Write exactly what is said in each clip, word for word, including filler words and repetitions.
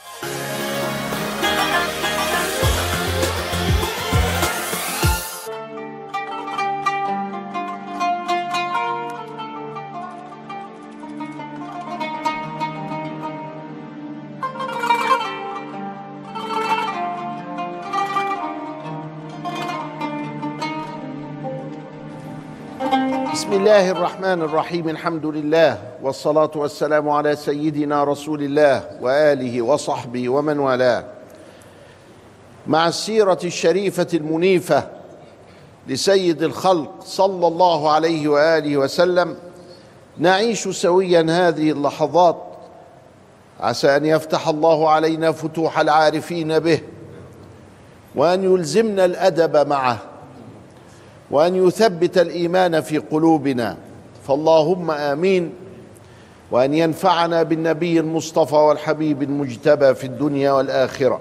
بسم الله الرحمن الرحيم. الحمد لله والصلاة والسلام على سيدنا رسول الله وآله وصحبه ومن والاه. مع السيرة الشريفة المنيفة لسيد الخلق صلى الله عليه وآله وسلم نعيش سويا هذه اللحظات، عسى أن يفتح الله علينا فتوح العارفين به، وأن يلزمنا الأدب معه، وأن يثبت الإيمان في قلوبنا، فاللهم آمين. وأن ينفعنا بالنبي المصطفى والحبيب المجتبى في الدنيا والآخرة.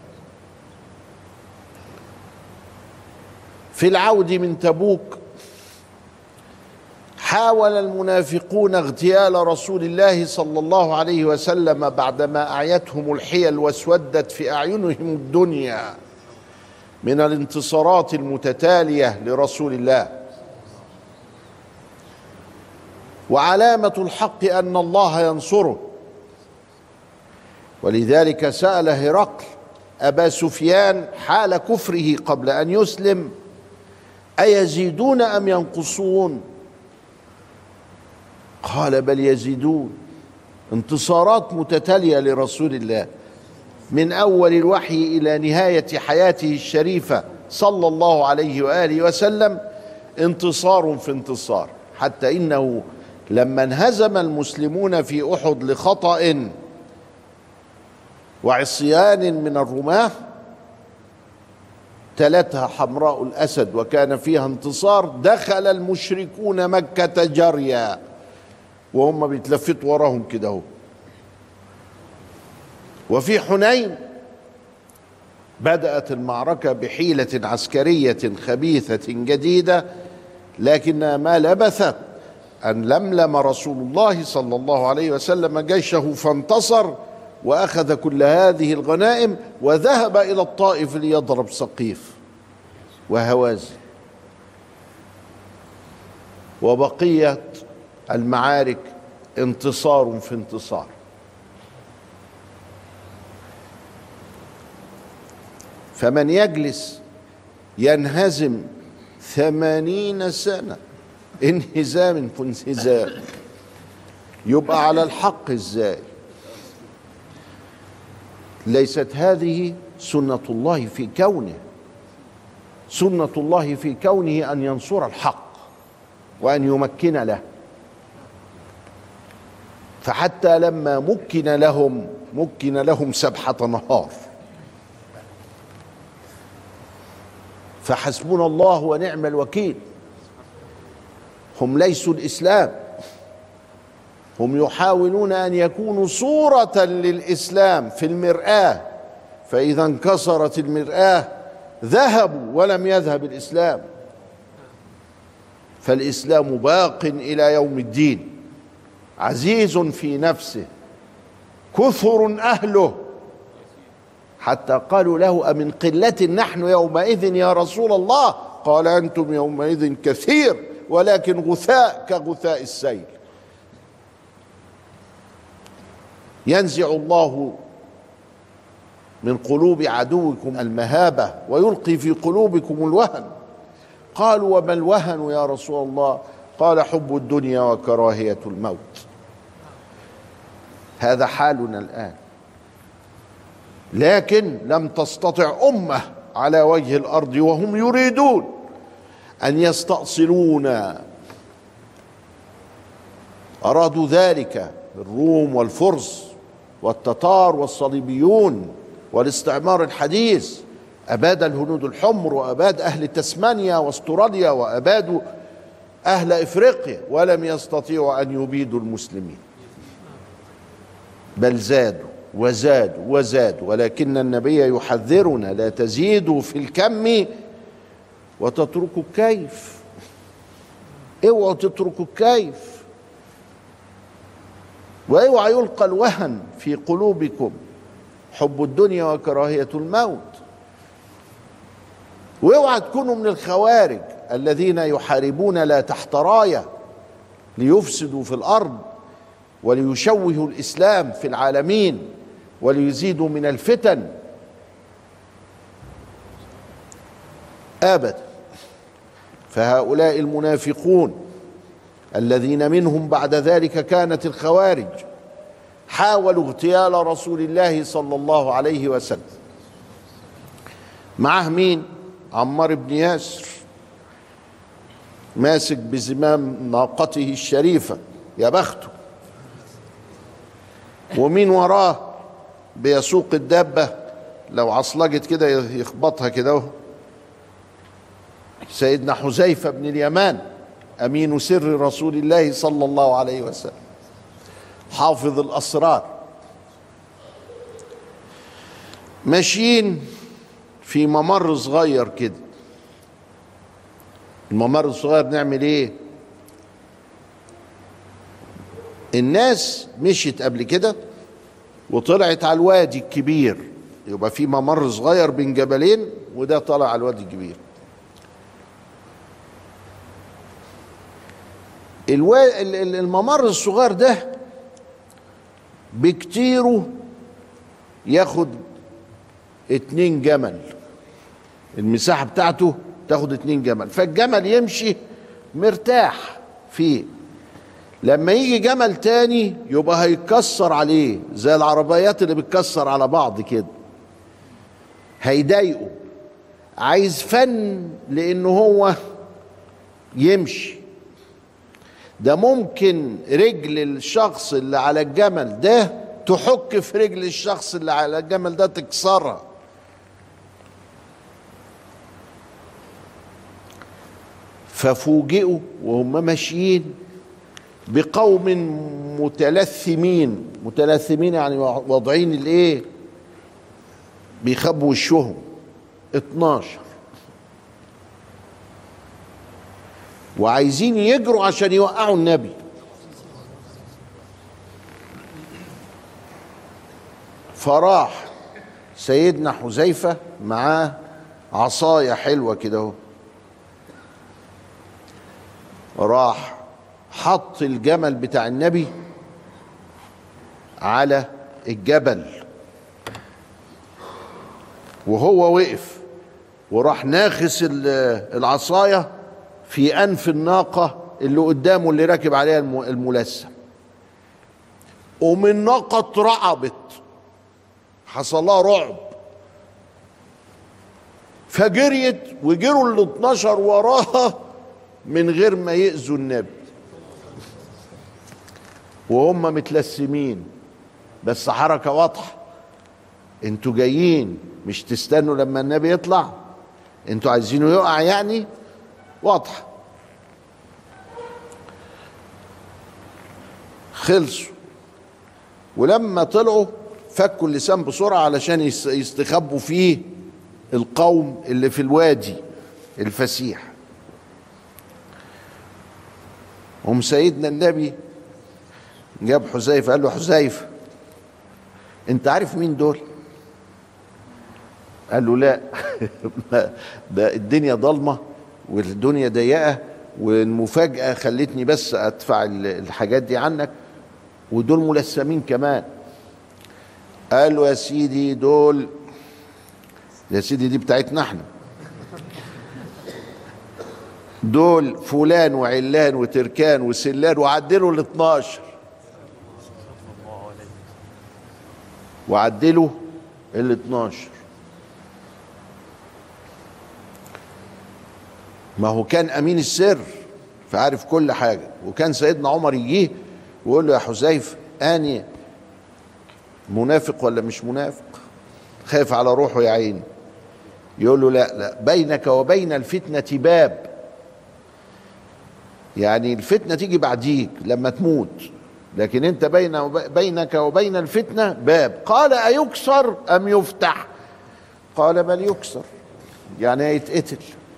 في العود من تبوك حاول المنافقون اغتيال رسول الله صلى الله عليه وسلم بعدما أعيتهم الحيل واسودت في أعينهم الدنيا من الانتصارات المتتالية لرسول الله. وعلامة الحق أن الله ينصره، ولذلك سأل هرقل أبا سفيان حال كفره قبل أن يسلم: أيزيدون أم ينقصون؟ قال: بل يزيدون. انتصارات متتالية لرسول الله من أول الوحي إلى نهاية حياته الشريفة صلى الله عليه وآله وسلم، انتصار في انتصار، حتى إنه لما انهزم المسلمون في أحد لخطأ وعصيان من الرماة تلتها حمراء الأسد وكان فيها انتصار، دخل المشركون مكة جريا وهم بيتلفتوا وراهم كده هو. وفي حنين بدأت المعركة بحيلة عسكرية خبيثة جديدة، لكنها ما لبثت أن لملم رسول الله صلى الله عليه وسلم جيشه فانتصر، وأخذ كل هذه الغنائم وذهب إلى الطائف ليضرب سقيف وهوازن. وبقية المعارك انتصار في انتصار. فمن يجلس ينهزم ثمانين سنة انهزام في انهزام، يبقى على الحق ازاي؟ ليست هذه سنة الله في كونه. سنة الله في كونه أن ينصر الحق وأن يمكن له. فحتى لما مكن لهم مكن لهم سبحة نهار، فحسبنا الله ونعم الوكيل. هم ليسوا الإسلام، هم يحاولون أن يكونوا صورة للإسلام في المرآة، فإذا انكسرت المرآة ذهبوا ولم يذهب الإسلام. فالإسلام باق إلى يوم الدين، عزيز في نفسه، كثر أهله، حتى قالوا له: أمن قلة نحن يومئذ يا رسول الله؟ قال: أنتم يومئذ كثير ولكن غثاء كغثاء السيل. ينزع الله من قلوب عدوكم المهابة ويلقي في قلوبكم الوهن. قالوا: وما الوهن يا رسول الله؟ قال: حب الدنيا وكراهية الموت. هذا حالنا الآن. لكن لم تستطع أمة على وجه الأرض وهم يريدون أن يستأصلونا. أرادوا ذلك الروم والفرس والتتار والصليبيون والاستعمار الحديث. أباد الهنود الحمر، وأباد أهل تسمانيا واستراليا، وأبادوا أهل إفريقيا، ولم يستطيعوا أن يبيدوا المسلمين، بل زادوا وزادوا وزادوا. ولكن النبي يحذرنا: لا تزيدوا في الكم وتتركوا الكيف. اوعوا تتركوا الكيف، واوعى يلقى الوهن في قلوبكم حب الدنيا وكراهية الموت. واوعى تكونوا من الخوارج الذين يحاربون لا تحت راية ليفسدوا في الأرض وليشوهوا الإسلام في العالمين وليزيدوا من الفتن. أبدا. فهؤلاء المنافقون الذين منهم بعد ذلك كانت الخوارج حاولوا اغتيال رسول الله صلى الله عليه وسلم. معه مين؟ عمار بن ياسر ماسك بزمام ناقته الشريفة، يا بخته. ومين وراه بيسوق الدابة، لو عصلجت كده يخبطها كده، سيدنا حذيفة بن اليمان أمين سر رسول الله صلى الله عليه وسلم، حافظ الأسرار. ماشيين في ممر صغير كده. الممر الصغير نعمل ايه؟ الناس مشيت قبل كده وطلعت على الوادي الكبير، يبقى في ممر صغير بين جبلين وده طلع على الوادي الكبير. الوا... الممر الصغير ده بكتيره ياخد اتنين جمل، المساحة بتاعته تاخد اتنين جمل، فالجمل يمشي مرتاح فيه. لما يجي جمل تاني يبقى هيتكسر عليه زي العربيات اللي بتكسر على بعض كده، هيضايقه. عايز فن لانه هو يمشي. ده ممكن رجل الشخص اللي على الجمل ده تحك في رجل الشخص اللي على الجمل ده تكسرها. ففوجئوا وهم ماشيين بقوم متلثمين. متلثمين يعني واضعين الايه، بيخبوا وشهم، اتناشر، وعايزين يجروا عشان يوقعوا النبي. فراح سيدنا حذيفة معاه عصاية حلوة كده اهو، راح حط الجمل بتاع النبي على الجبل وهو وقف، وراح ناخس العصاية في أنف الناقة اللي قدامه اللي راكب عليها الملثم، ومن الناقة اترعبت، حصل لها رعب، فجريت وجروا ال اتناشر وراها من غير ما يأذوا النبي وهم متلسمين، بس حركة واضحة. انتوا جايين مش تستنوا لما النبي يطلع، انتوا عايزينه يقع يعني، واضحة. خلصوا، ولما طلعوا فكوا اللسان بسرعة علشان يستخبوا فيه القوم اللي في الوادي الفسيح. هم سيدنا النبي جاب حذيفة قال له: حذيفة انت عارف مين دول؟ قال له: لا ده الدنيا ضلمة والدنيا ضيقة والمفاجأة خلتني بس ادفع الحاجات دي عنك، ودول ملثمين كمان. قال له: يا سيدي دول، يا سيدي دي بتاعتنا احنا، دول فلان وعلان وتركان وسلان، وعدلوا ال اتناشر، وعدلوا ال اتناشر. ما هو كان امين السر فعارف كل حاجه. وكان سيدنا عمر يجيه ويقول له: يا حذيفه اني منافق ولا مش منافق؟ خايف على روحه يا عيني. يقول له: لا لا، بينك وبين الفتنه باب، يعني الفتنه تيجي بعديك لما تموت، لكن انت بين وب... بينك وبين الفتنه باب. قال: ايكسر ام يفتح؟ قال: بل يكسر، يعني هيتقتل.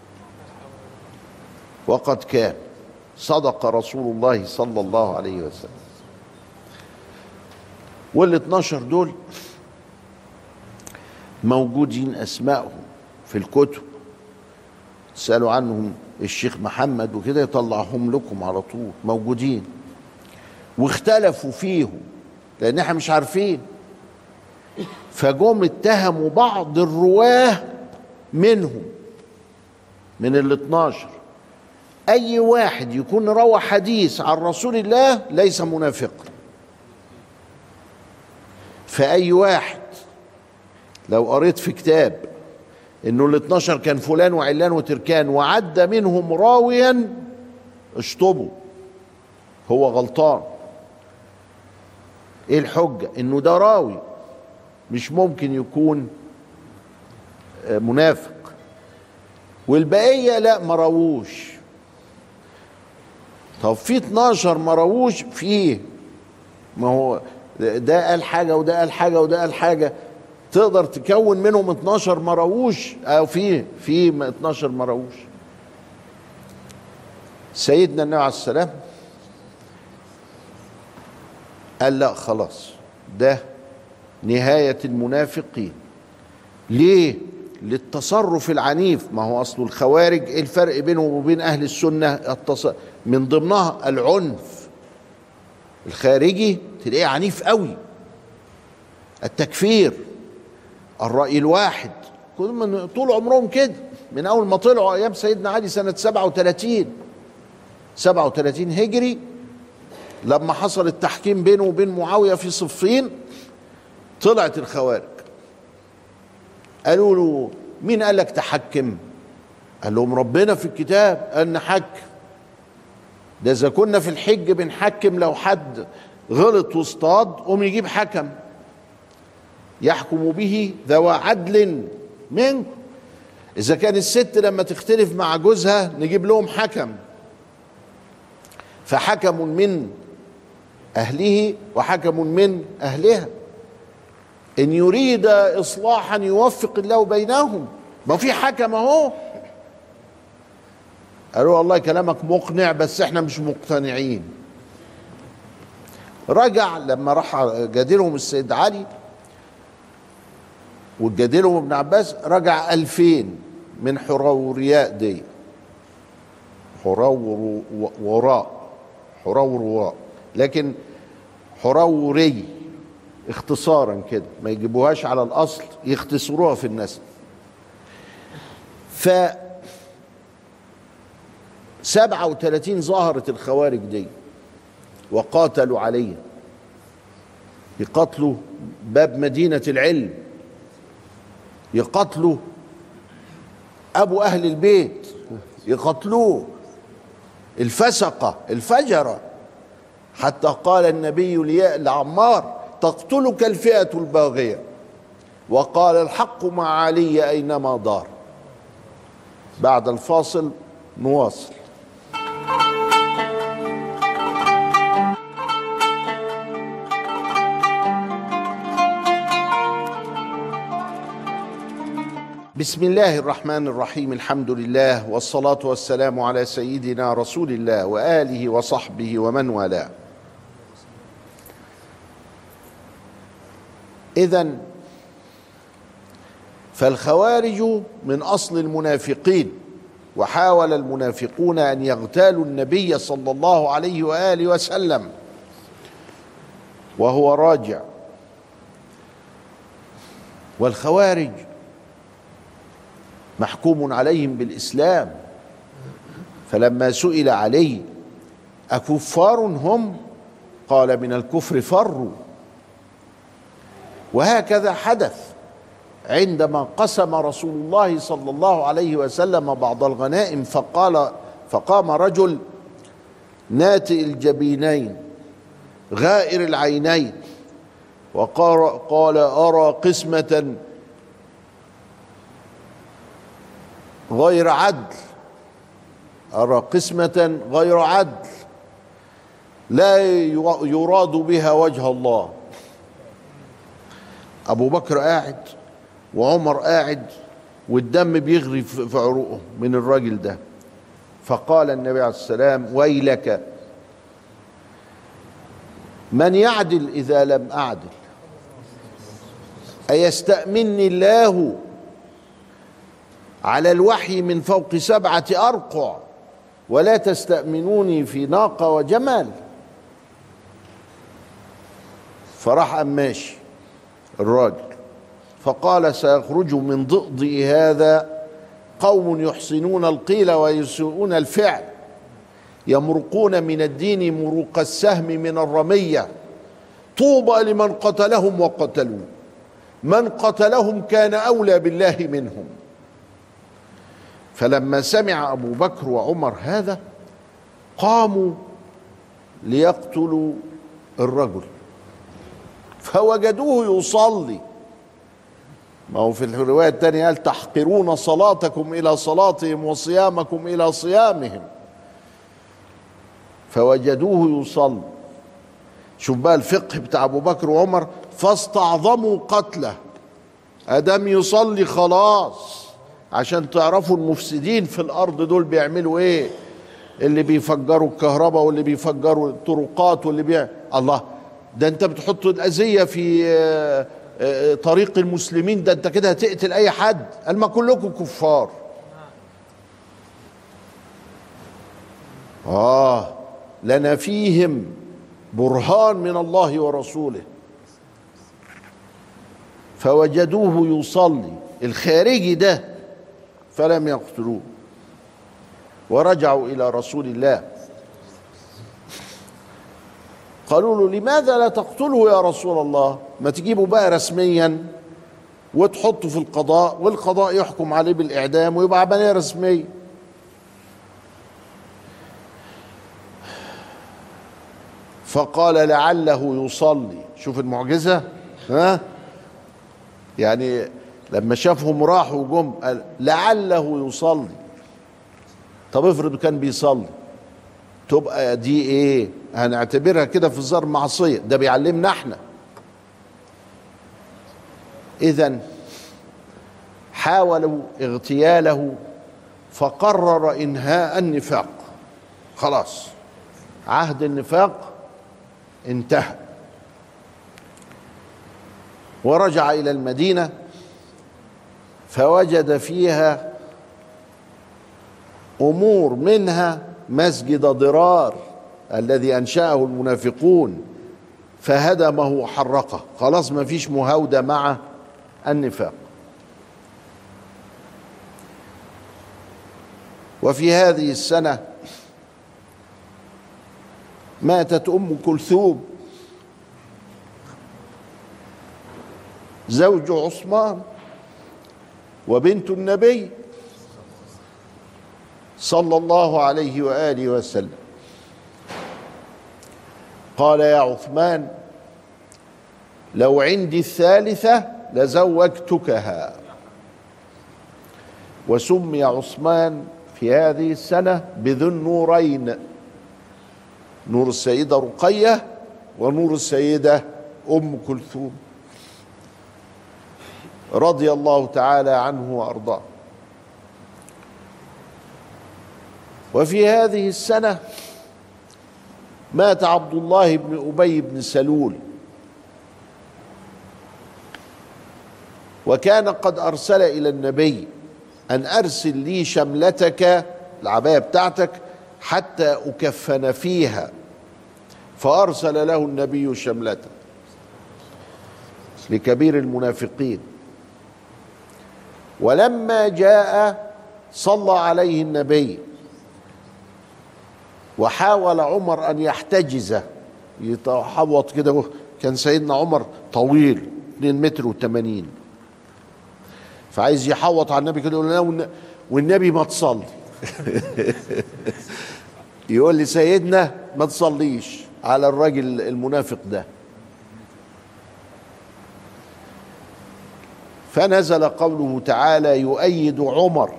وقد كان، صدق رسول الله صلى الله عليه وسلم. وال اتناشر دول موجودين أسمائهم في الكتب، تسألوا عنهم الشيخ محمد وكده يطلعهم لكم على طول، موجودين. واختلفوا فيهم لأن احنا مش عارفين، فجم اتهموا بعض الرواه منهم من ال اتناشر. أي واحد يكون روى حديث عن رسول الله ليس منافقا. فأي واحد لو قريت في كتاب إنه ال اتناشر كان فلان وعلان وتركان وعد منهم راويا، اشطبوا، هو غلطان. إيه الحجة؟ إنه ده راوي، مش ممكن يكون منافق. والبقية لا، ما راووش. طب في اتناشر ما راووش، فيه، ما هو ده قال حاجة وده قال حاجة وده قال حاجة، تقدر تكون منهم اتناشر ما راووش؟ أو في في اتناشر ما راووش. سيدنا النبي عليه السلام قال لا خلاص، ده نهاية المنافقين. ليه؟ للتصرف العنيف. ما هو أصل الخوارج إيه الفرق بينهم وبين أهل السنة؟ التص... من ضمنها العنف. الخارجي تلاقيه عنيف قوي، التكفير، الرأي الواحد، كل من طول عمرهم كده، من أول ما طلعوا أيام سيدنا علي سنة سبعة وثلاثين سبعة وثلاثين هجري، لما حصل التحكيم بينه وبين معاوية في صفين، طلعت الخوارج. قالوا له مين قال لك تحكم؟ قال لهم ربنا في الكتاب قال نحكم. ده إذا كنا في الحج بنحكم، لو حد غلط واصطاد قوم يجيب حكم يحكم به ذو عدل منكم. إذا كان الست لما تختلف مع جوزها نجيب لهم حكم، فحكم من أهله وحكم من أهلها، إن يريد إصلاحا يوفق الله بينهم. ما في حكم أهو. قالوا والله كلامك مقنع بس احنا مش مقتنعين. رجع لما راح جادلهم السيد علي وجادلهم ابن عباس، رجع ألفين من حرورياء دي، حرور وراء، حرور وراء، لكن حروري اختصارا كده، ما يجيبوهاش على الأصل، يختصروها في النسب. ف سبعة وثلاثين ظهرت الخوارج دي وقاتلوا عليه، يقتلوا باب مدينة العلم، يقتلوا أبو أهل البيت، يقتلوه، الفسقة الفجرة، حتى قال النبي لعمار تقتلك الفئة الباغية، وقال الحق مع علي أينما دار. بعد الفاصل نواصل. بسم الله الرحمن الرحيم، الحمد لله والصلاة والسلام على سيدنا رسول الله وآله وصحبه ومن والاه. إذن فالخوارج من أصل المنافقين، وحاول المنافقون أن يغتالوا النبي صلى الله عليه وآله وسلم وهو راجع. والخوارج محكوم عليهم بالإسلام، فلما سئل علي أكفار هم؟ قال من الكفر فروا. وهكذا حدث عندما قسم رسول الله صلى الله عليه وسلم بعض الغنائم، فقال فقام رجل ناتئ الجبينين غائر العينين وقال قال أرى قسمة غير عدل، أرى قسمة غير عدل لا يراد بها وجه الله. أبو بكر قاعد وعمر قاعد والدم بيغري في عروقه من الراجل ده، فقال النبي عليه السلام ويلك من يعدل إذا لم أعدل. أيستأمني الله على الوحي من فوق سبعة أرقع ولا تستأمنوني في ناقة وجمال؟ فراح قام ماشي الراجل، فقال سيخرج من ضئضئ هذا قوم يحسنون القيل ويسيئون الفعل، يمرقون من الدين مروق السهم من الرمية، طوبى لمن قتلهم وقتلوا، من قتلهم كان أولى بالله منهم. فلما سمع أبو بكر وعمر هذا قاموا ليقتلوا الرجل، فوجدوه يصلي. ما هو في الرواية الثانية قال تحقرون صلاتكم إلى صلاتهم وصيامكم إلى صيامهم، فوجدوه يصلي. شوف بقى الفقه بتاع أبو بكر وعمر، فاستعظموا قتله، أدم يصلي خلاص، عشان تعرفوا المفسدين في الأرض دول بيعملوا إيه، اللي بيفجروا الكهرباء واللي بيفجروا الطرقات واللي بيع الله، ده أنت بتحط الأذية في طريق المسلمين، ده أنت كده هتقتل أي حد، قال ما كلكم كفار. آه لنا فيهم برهان من الله ورسوله. فوجدوه يصلي الخارجي ده فلم يقتلوه، ورجعوا إلى رسول الله قالوا له لماذا لا تقتله يا رسول الله؟ ما تجيبه بقى رسميا وتحطه في القضاء والقضاء يحكم عليه بالإعدام ويبقى عملية رسمية. فقال لعله يصلي. شوف المعجزة، ها يعني لما شافهم راحوا وجم قال لعله يصلي. طب افرض كان بيصلي، تبقى دي ايه؟ هنعتبرها كده في الظاهر معصية، ده بيعلمنا احنا. اذا حاولوا اغتياله فقرر انهاء النفاق، خلاص عهد النفاق انتهى، ورجع إلى المدينة فوجد فيها أمور، منها مسجد ضرار الذي أنشأه المنافقون فهدمه وحرقه، خلاص ما فيش مهاودة مع النفاق. وفي هذه السنة ماتت أم كلثوم زوج عثمان وبنت النبي صلى الله عليه وآله وسلم. قال يا عثمان لو عندي الثالثة لزوجتكها. وسمي عثمان في هذه السنة بذو النورين، نور السيدة رقية ونور السيدة أم كلثوم رضي الله تعالى عنه وأرضاه. وفي هذه السنة مات عبد الله بن أبي بن سلول، وكان قد أرسل إلى النبي أن أرسل لي شملتك، العباية بتاعتك، حتى أكفن فيها، فأرسل له النبي شملته لكبير المنافقين. ولما جاء صلى عليه النبي، وحاول عمر أن يحتجزه، يتحوط كده، كان سيدنا عمر طويل اتنين متر وثمانين، فعايز يحوط على النبي كده، يقول له والنبي ما تصلي يقول لي سيدنا ما تصليش على الراجل المنافق ده. فنزل قوله تعالى يؤيد عمر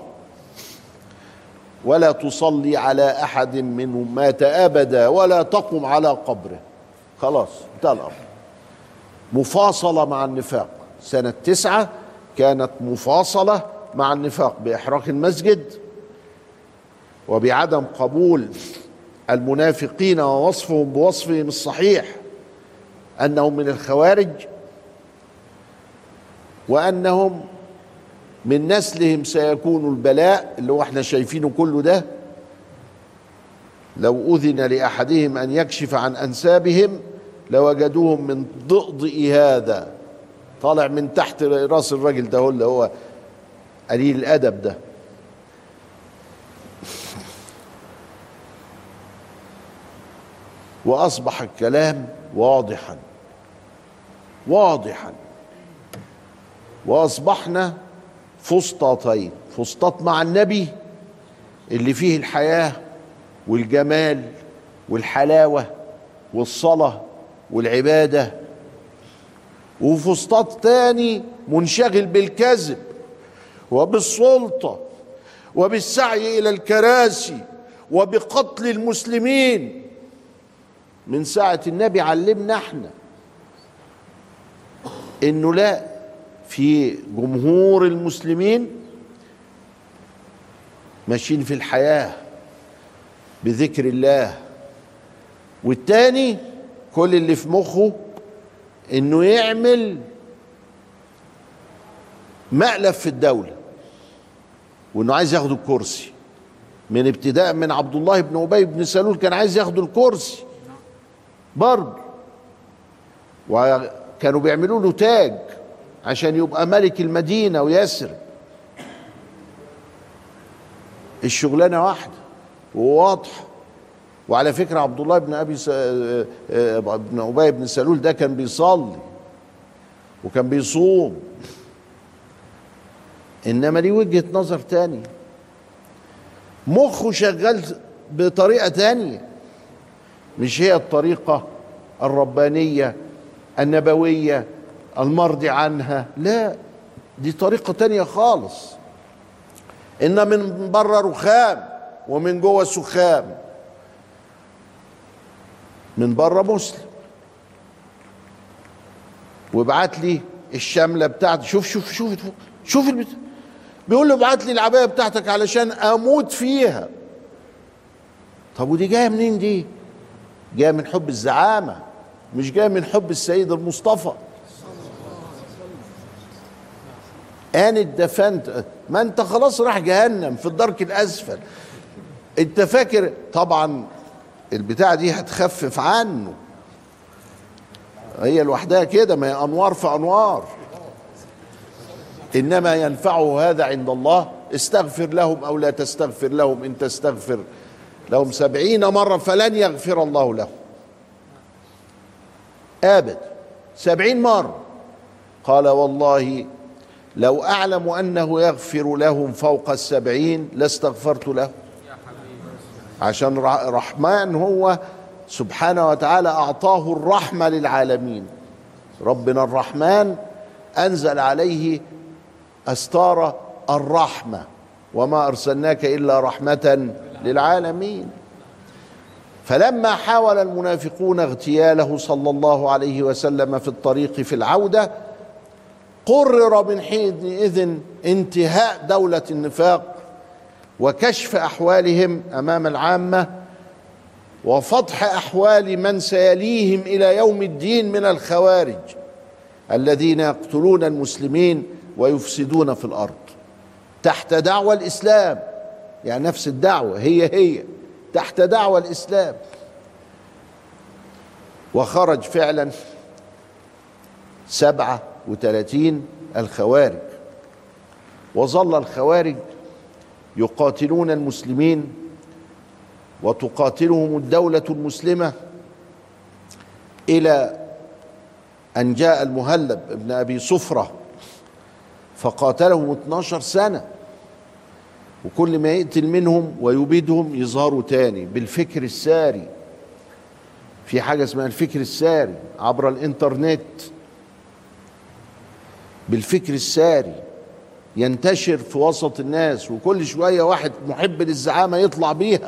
ولا تصلي على أحد منهم مات أبدا ولا تقم على قبره. خلاص انتهى الأمر. مفاصلة مع النفاق، سنة تسعة كانت مفاصلة مع النفاق بإحراق المسجد وبعدم قبول المنافقين ووصفهم بوصفهم الصحيح أنهم من الخوارج، وأنهم من نسلهم سيكون البلاء اللي هو احنا شايفينه كله ده. لو أذن لأحدهم أن يكشف عن أنسابهم لوجدوهم من ضئضئ هذا، طالع من تحت راس الراجل ده اللي هو قليل الأدب ده. وأصبح الكلام واضحا واضحا وأصبحنا فسطاطين، فسطاط مع النبي اللي فيه الحياة والجمال والحلاوة والصلاة والعبادة، وفسطاط تاني منشغل بالكذب وبالسلطة وبالسعي إلى الكراسي وبقتل المسلمين. من ساعة النبي علمنا احنا انه لا، في جمهور المسلمين ماشيين في الحياة بذكر الله، والتاني كل اللي في مخه انه يعمل مقلب في الدولة وانه عايز ياخد الكرسي. من ابتداء من عبد الله بن أبي بن سلول كان عايز ياخد الكرسي برضه، وكانوا بيعملوا له تاج عشان يبقى ملك المدينة ويسرب. الشغلانة واحدة وواضحة. وعلى فكرة عبد الله بن أبي س... بن أبي بن سلول ده كان بيصلي وكان بيصوم، إنما ليه وجهة نظر تانية، مخه شغال بطريقة تانية، مش هي الطريقة الربانية النبوية المرضي عنها، لا، دي طريقة تانية خالص. إن من بره رخام ومن جوه سخام. من بره مسلم وابعت لي الشملة بتاعتي، شوف شوف شوف شوف البت... بيقول له ابعت لي العباية بتاعتك علشان أموت فيها. طب ودي جاية منين دي؟ جاية من حب الزعامة، مش جاية من حب السيد المصطفى. أنا اتدفنت، ما انت خلاص راح جهنم في الدرك الأسفل. انت فاكر طبعا البتاعة دي هتخفف عنه، هي لوحدها كده، ما هي أنوار في أنوار. إنما ينفعه هذا عند الله. استغفر لهم أو لا تستغفر لهم، إن تستغفر لهم سبعين مرة فلن يغفر الله لهم أبدا. سبعين مرة. قال والله لو أعلم أنه يغفر لهم فوق السبعين لاستغفرت له، عشان رحمن هو سبحانه وتعالى أعطاه الرحمة للعالمين. ربنا الرحمن أنزل عليه أستار الرحمة، وما أرسلناك إلا رحمة للعالمين. فلما حاول المنافقون اغتياله صلى الله عليه وسلم في الطريق في العودة، قرر من حينئذ انتهاء دولة النفاق وكشف أحوالهم أمام العامة وفضح أحوال من سيليهم إلى يوم الدين من الخوارج الذين يقتلون المسلمين ويفسدون في الأرض تحت دعوى الإسلام. يعني نفس الدعوة هي هي تحت دعوى الإسلام. وخرج فعلا سبعة وثلاثين الخوارج، وظل الخوارج يقاتلون المسلمين وتقاتلهم الدولة المسلمة إلى أن جاء المهلب ابن أبي صفرة فقاتلهم اثناشر سنة، وكل ما يقتل منهم ويبيدهم يظهروا تاني بالفكر الساري. في حاجة اسمها الفكر الساري عبر الانترنت، بالفكر الساري ينتشر في وسط الناس، وكل شوية واحد محب للزعامة يطلع بيها.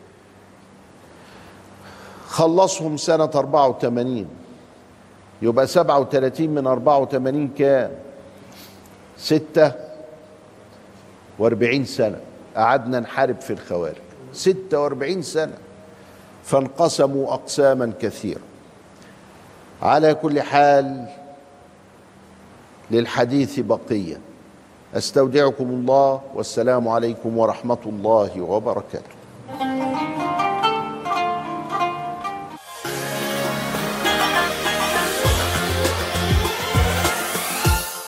خلصهم سنة أربعة وثمانين، يبقى سبعة وثلاثين من أربعة وثمانين كام؟ ستة وأربعين سنة قعدنا نحارب في الخوارج، ستة وأربعين سنة. فانقسموا أقساما كثيرة. على كل حال للحديث بقية. أستودعكم الله، والسلام عليكم ورحمة الله وبركاته.